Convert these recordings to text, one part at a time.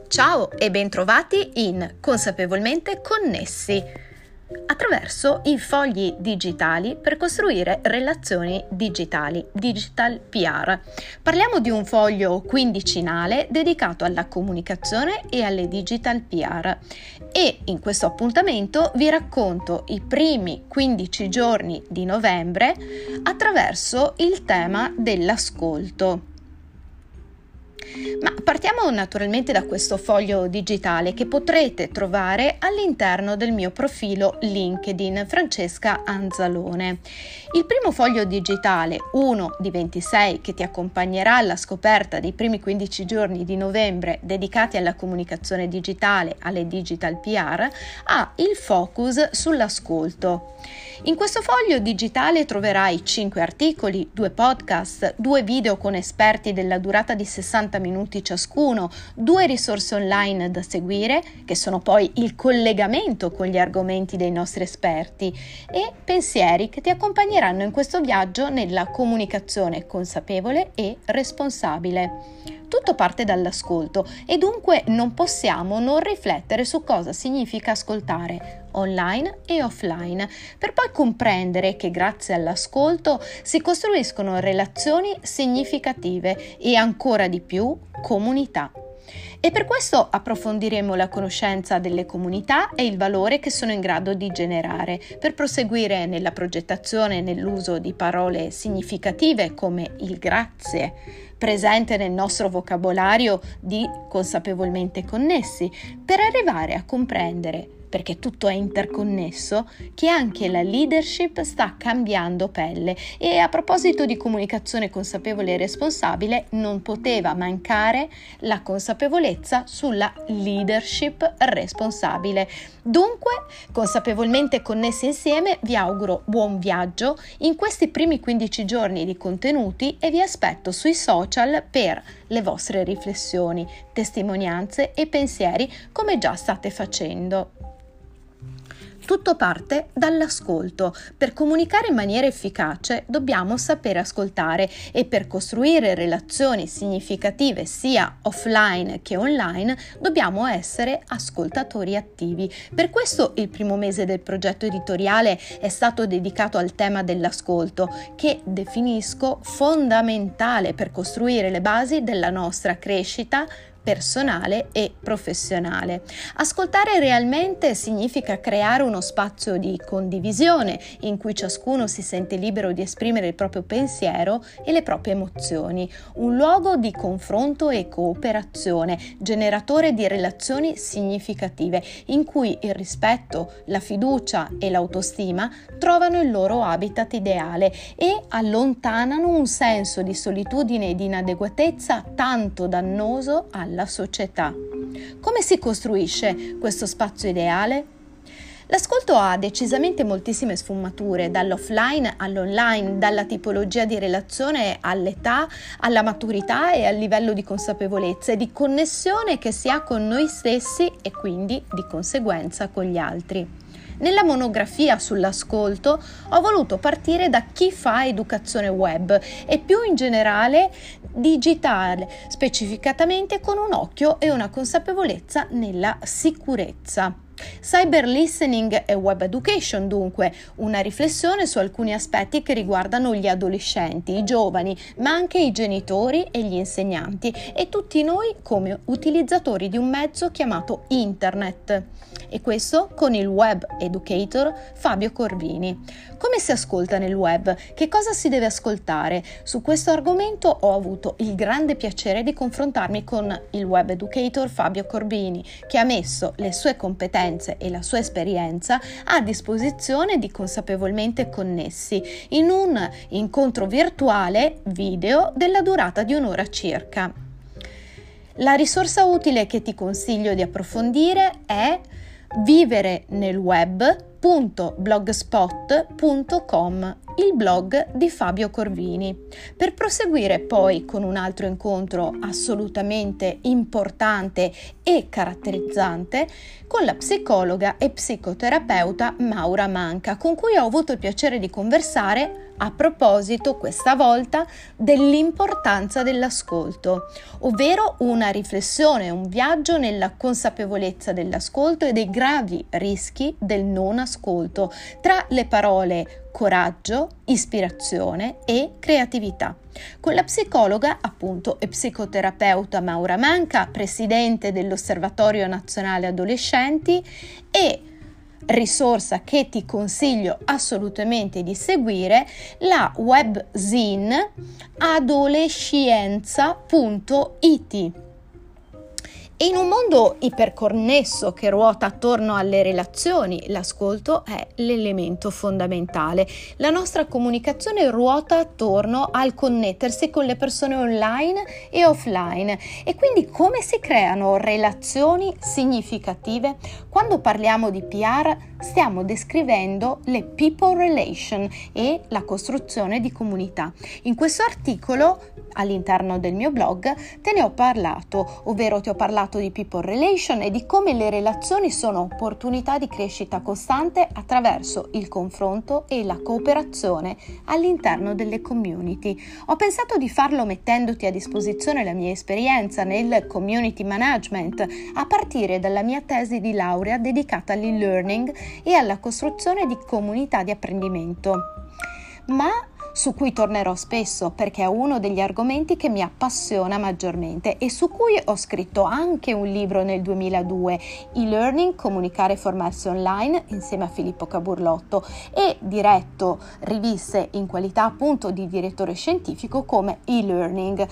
Ciao e bentrovati in Consapevolmente Connessi, attraverso i fogli digitali per costruire relazioni digitali, Digital PR. Parliamo di un foglio quindicinale dedicato alla comunicazione e alle Digital PR e in questo appuntamento vi racconto i primi 15 giorni di novembre attraverso il tema dell'ascolto. Ma partiamo naturalmente da questo foglio digitale che potrete trovare all'interno del mio profilo LinkedIn Francesca Anzalone. Il primo foglio digitale, uno di 26, che ti accompagnerà alla scoperta dei primi 15 giorni di novembre dedicati alla comunicazione digitale, alle Digital PR, ha il focus sull'ascolto. In questo foglio digitale troverai 5 articoli, 2 podcast, 2 video con esperti della durata di 60 minuti ciascuno, 2 risorse online da seguire, che sono poi il collegamento con gli argomenti dei nostri esperti, e pensieri che ti accompagneranno in questo viaggio nella comunicazione consapevole e responsabile. Tutto parte dall'ascolto e dunque non possiamo non riflettere su cosa significa ascoltare online e offline, per poi comprendere che grazie all'ascolto si costruiscono relazioni significative e ancora di più comunità. E per questo approfondiremo la conoscenza delle comunità e il valore che sono in grado di generare, per proseguire nella progettazione e nell'uso di parole significative come il grazie, presente nel nostro vocabolario di Consapevolmente Connessi, per arrivare a comprendere, perché tutto è interconnesso, che anche la leadership sta cambiando pelle. E a proposito di comunicazione consapevole e responsabile, non poteva mancare la consapevolezza sulla leadership responsabile. Dunque, consapevolmente connessi insieme, vi auguro buon viaggio in questi primi 15 giorni di contenuti e vi aspetto sui social per le vostre riflessioni, testimonianze e pensieri, come già state facendo. Tutto parte dall'ascolto. Per comunicare in maniera efficace dobbiamo sapere ascoltare e per costruire relazioni significative sia offline che online dobbiamo essere ascoltatori attivi. Per questo il primo mese del progetto editoriale è stato dedicato al tema dell'ascolto, che definisco fondamentale per costruire le basi della nostra crescita personale e professionale. Ascoltare realmente significa creare uno spazio di condivisione in cui ciascuno si sente libero di esprimere il proprio pensiero e le proprie emozioni, un luogo di confronto e cooperazione, generatore di relazioni significative in cui il rispetto, la fiducia e l'autostima trovano il loro habitat ideale e allontanano un senso di solitudine e di inadeguatezza tanto dannoso alla società. Come si costruisce questo spazio ideale? L'ascolto ha decisamente moltissime sfumature, dall'offline all'online, dalla tipologia di relazione all'età, alla maturità e al livello di consapevolezza e di connessione che si ha con noi stessi e quindi di conseguenza con gli altri. Nella monografia sull'ascolto ho voluto partire da chi fa educazione web e più in generale digitale, specificatamente con un occhio e una consapevolezza nella sicurezza. Cyber listening e web education, dunque, una riflessione su alcuni aspetti che riguardano gli adolescenti, i giovani, ma anche i genitori e gli insegnanti e tutti noi come utilizzatori di un mezzo chiamato internet. E questo con il web educator Fabio Corvini. Come si ascolta nel web? Che cosa si deve ascoltare? Su questo argomento ho avuto il grande piacere di confrontarmi con il web educator Fabio Corvini, che ha messo le sue competenze e la sua esperienza a disposizione di Consapevolmente Connessi in un incontro virtuale video della durata di un'ora circa. La risorsa utile che ti consiglio di approfondire è Vivere nel web.blogspot.com, il blog di Fabio Corvini. Per proseguire poi con un altro incontro assolutamente importante e caratterizzante con la psicologa e psicoterapeuta Maura Manca, con cui ho avuto il piacere di conversare a proposito questa volta dell'importanza dell'ascolto, ovvero una riflessione, un viaggio nella consapevolezza dell'ascolto e dei gravi rischi del non ascolto, tra le parole coraggio, ispirazione e creatività. Con la psicologa, appunto, e psicoterapeuta Maura Manca, presidente dell'Osservatorio Nazionale Adolescenti, e risorsa che ti consiglio assolutamente di seguire, la webzine adolescienza.it. E in un mondo iperconnesso che ruota attorno alle relazioni, l'ascolto è l'elemento fondamentale. La nostra comunicazione ruota attorno al connettersi con le persone online e offline. E quindi come si creano relazioni significative? Quando parliamo di PR stiamo descrivendo le people relation e la costruzione di comunità. In questo articolo all'interno del mio blog te ne ho parlato, ovvero ti ho parlato di people relation e di come le relazioni sono opportunità di crescita costante attraverso il confronto e la cooperazione all'interno delle community. Ho pensato di farlo mettendoti a disposizione la mia esperienza nel community management a partire dalla mia tesi di laurea dedicata all'e-learning e alla costruzione di comunità di apprendimento, ma su cui tornerò spesso perché è uno degli argomenti che mi appassiona maggiormente e su cui ho scritto anche un libro nel 2002, e-learning, comunicare e formarsi online, insieme a Filippo Caburlotto, e diretto riviste in qualità appunto di direttore scientifico come e-learning,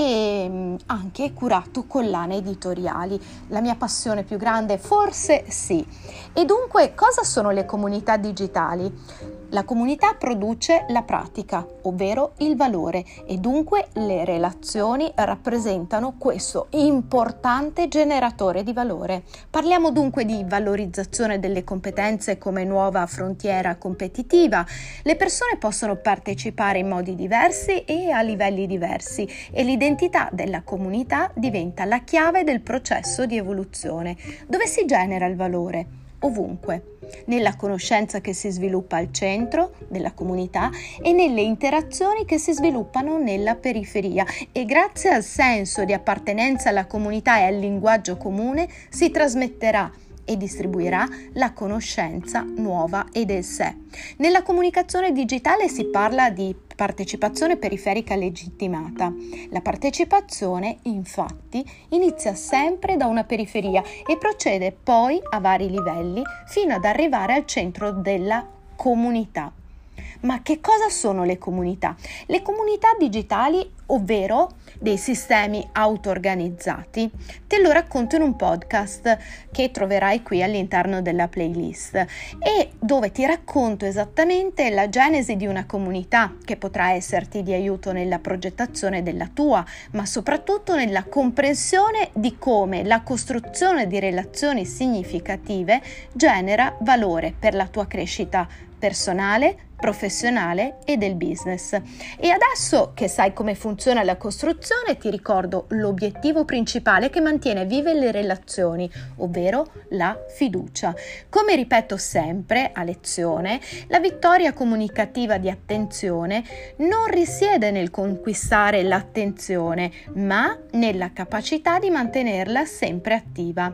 e anche curato collane editoriali. La mia passione più grande? Forse sì. E dunque, cosa sono le comunità digitali? La comunità produce la pratica, ovvero il valore, e dunque le relazioni rappresentano questo importante generatore di valore. Parliamo dunque di valorizzazione delle competenze come nuova frontiera competitiva. Le persone possono partecipare in modi diversi e a livelli diversi e l'identità della comunità diventa la chiave del processo di evoluzione. Dove si genera il valore? Ovunque. Nella conoscenza che si sviluppa al centro della comunità e nelle interazioni che si sviluppano nella periferia, e grazie al senso di appartenenza alla comunità e al linguaggio comune si trasmetterà e distribuirà la conoscenza nuova e del sé. Nella comunicazione digitale si parla di partecipazione periferica legittimata. La partecipazione, infatti, inizia sempre da una periferia e procede poi a vari livelli fino ad arrivare al centro della comunità. Ma che cosa sono le comunità? Le comunità digitali, ovvero dei sistemi auto-organizzati, te lo racconto in un podcast che troverai qui all'interno della playlist, e dove ti racconto esattamente la genesi di una comunità che potrà esserti di aiuto nella progettazione della tua, ma soprattutto nella comprensione di come la costruzione di relazioni significative genera valore per la tua crescita personale, professionale e del business. E adesso che sai come funziona la costruzione, ti ricordo l'obiettivo principale che mantiene vive le relazioni, ovvero la fiducia. Come ripeto sempre a lezione, la vittoria comunicativa di attenzione non risiede nel conquistare l'attenzione, ma nella capacità di mantenerla sempre attiva.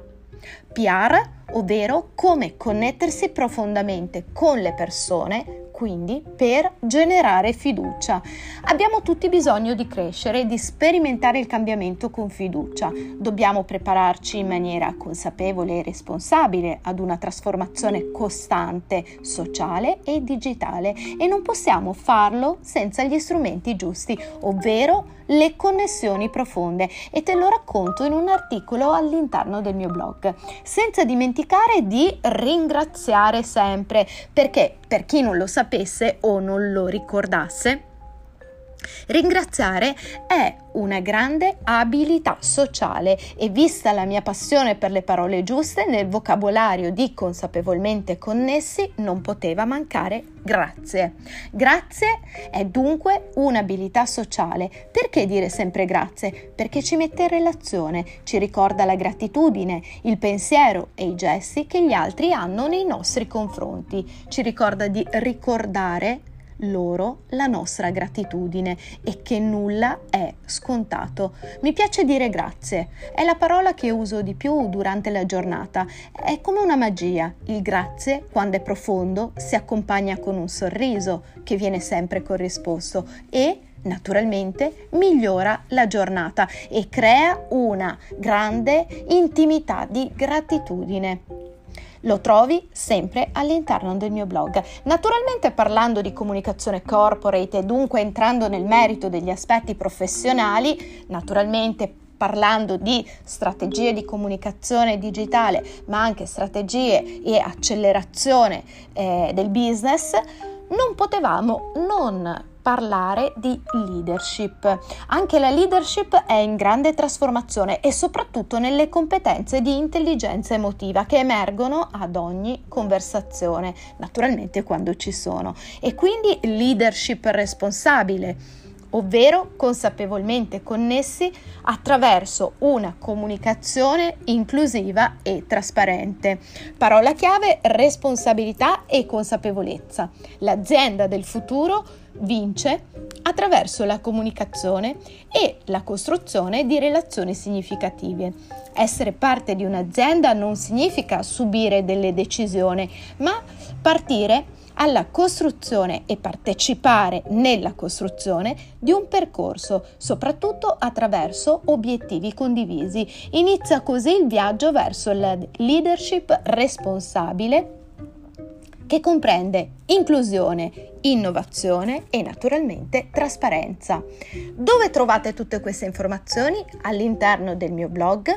PR, ovvero come connettersi profondamente con le persone, quindi per generare fiducia. Abbiamo tutti bisogno di crescere e di sperimentare il cambiamento con fiducia. Dobbiamo prepararci in maniera consapevole e responsabile ad una trasformazione costante, sociale e digitale, e non possiamo farlo senza gli strumenti giusti, ovvero le connessioni profonde, e te lo racconto in un articolo all'interno del mio blog. Senza dimenticare di ringraziare sempre, perché per chi non lo sapesse o non lo ricordasse, ringraziare è una grande abilità sociale, e vista la mia passione per le parole giuste, nel vocabolario di Consapevolmente Connessi non poteva mancare grazie. Grazie è dunque un'abilità sociale. Perché dire sempre grazie? Perché ci mette in relazione, ci ricorda la gratitudine, il pensiero e i gesti che gli altri hanno nei nostri confronti, ci ricorda di ricordare loro la nostra gratitudine e che nulla è scontato. Mi piace dire grazie, è la parola che uso di più durante la giornata, è come una magia. Il grazie, quando è profondo, si accompagna con un sorriso che viene sempre corrisposto e naturalmente migliora la giornata e crea una grande intimità di gratitudine. Lo trovi sempre all'interno del mio blog. Naturalmente parlando di comunicazione corporate e dunque entrando nel merito degli aspetti professionali, naturalmente parlando di strategie di comunicazione digitale, ma anche strategie e accelerazione del business, non potevamo non parlare di leadership. Anche la leadership è in grande trasformazione e soprattutto nelle competenze di intelligenza emotiva che emergono ad ogni conversazione, naturalmente quando ci sono. E quindi leadership responsabile, ovvero consapevolmente connessi attraverso una comunicazione inclusiva e trasparente. Parola chiave: responsabilità e consapevolezza. L'azienda del futuro vince attraverso la comunicazione e la costruzione di relazioni significative. Essere parte di un'azienda non significa subire delle decisioni, ma partire alla costruzione e partecipare nella costruzione di un percorso, soprattutto attraverso obiettivi condivisi. Inizia così il viaggio verso la leadership responsabile, che comprende inclusione, innovazione e naturalmente trasparenza. Dove trovate tutte queste informazioni? All'interno del mio blog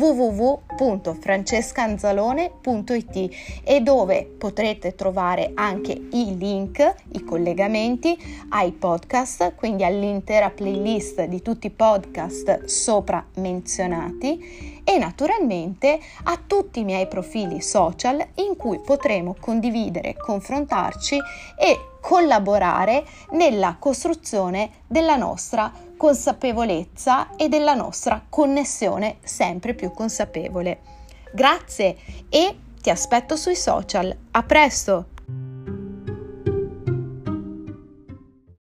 www.francescanzalone.it e dove potrete trovare anche i link, i collegamenti ai podcast, quindi all'intera playlist di tutti i podcast sopra menzionati e naturalmente a tutti i miei profili social in cui potremo condividere, confrontarci e collaborare nella costruzione della nostra consapevolezza e della nostra connessione sempre più consapevole. Grazie e ti aspetto sui social. A presto!